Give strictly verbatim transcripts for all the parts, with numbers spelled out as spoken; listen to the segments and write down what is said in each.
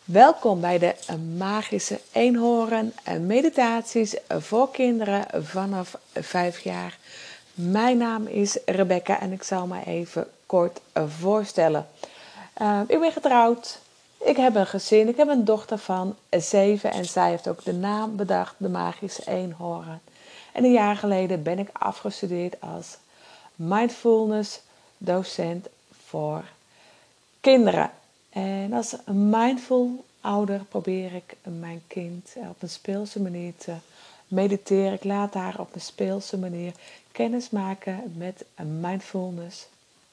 Welkom bij de Magische Eenhoorn meditaties voor kinderen vanaf vijf jaar. Mijn naam is Rebecca en ik zal me even kort voorstellen. Uh, ik ben getrouwd, ik heb een gezin, ik heb een dochter van zeven en zij heeft ook de naam bedacht, de Magische Eenhoorn. En een jaar geleden ben ik afgestudeerd als mindfulness docent voor kinderen. En als mindful ouder probeer ik mijn kind op een speelse manier te mediteren. Ik laat haar op een speelse manier kennis maken met mindfulness.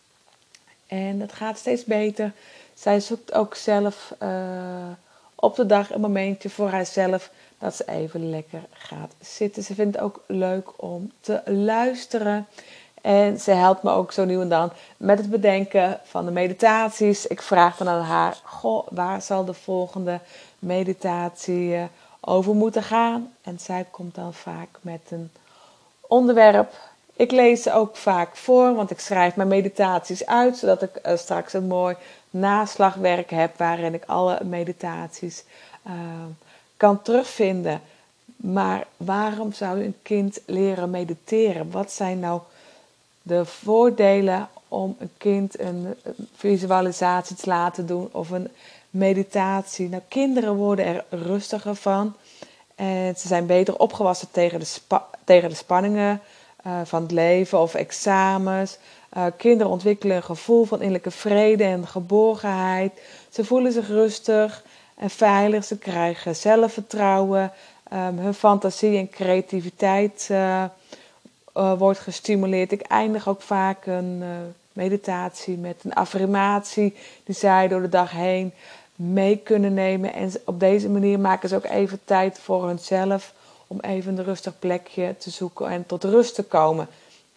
En het gaat steeds beter. Zij zoekt ook zelf uh, op de dag een momentje voor haarzelf dat ze even lekker gaat zitten. Ze vindt het ook leuk om te luisteren. En ze helpt me ook zo nu en dan met het bedenken van de meditaties. Ik vraag dan aan haar, goh, waar zal de volgende meditatie over moeten gaan? En zij komt dan vaak met een onderwerp. Ik lees ze ook vaak voor, want ik schrijf mijn meditaties uit, zodat ik uh, straks een mooi naslagwerk heb waarin ik alle meditaties uh, kan terugvinden. Maar waarom zou een kind leren mediteren? Wat zijn nou de voordelen om een kind een visualisatie te laten doen of een meditatie? Nou, kinderen worden er rustiger van. En ze zijn beter opgewassen tegen de, spa- tegen de spanningen uh, van het leven of examens. Uh, kinderen ontwikkelen een gevoel van innerlijke vrede en geborgenheid. Ze voelen zich rustig en veilig. Ze krijgen zelfvertrouwen. Um, hun fantasie en creativiteit uh, uh, wordt gestimuleerd. Ik eindig ook vaak een uh, meditatie met een affirmatie die zij door de dag heen mee kunnen nemen. En op deze manier maken ze ook even tijd voor hunzelf om even een rustig plekje te zoeken en tot rust te komen.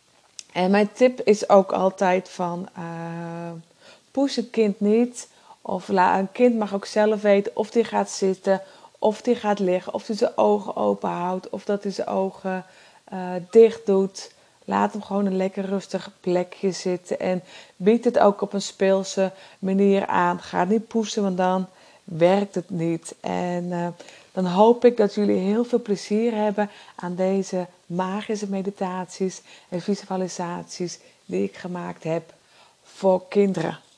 En mijn tip is ook altijd van uh, push een kind niet. Of la, een kind mag ook zelf weten of hij gaat zitten, of hij gaat liggen, of hij zijn ogen open houdt, of dat hij zijn ogen uh, dicht doet. Laat hem gewoon een lekker rustig plekje zitten en bied het ook op een speelse manier aan. Ga niet pushen, want dan werkt het niet. En uh, dan hoop ik dat jullie heel veel plezier hebben aan deze magische meditaties en visualisaties die ik gemaakt heb voor kinderen.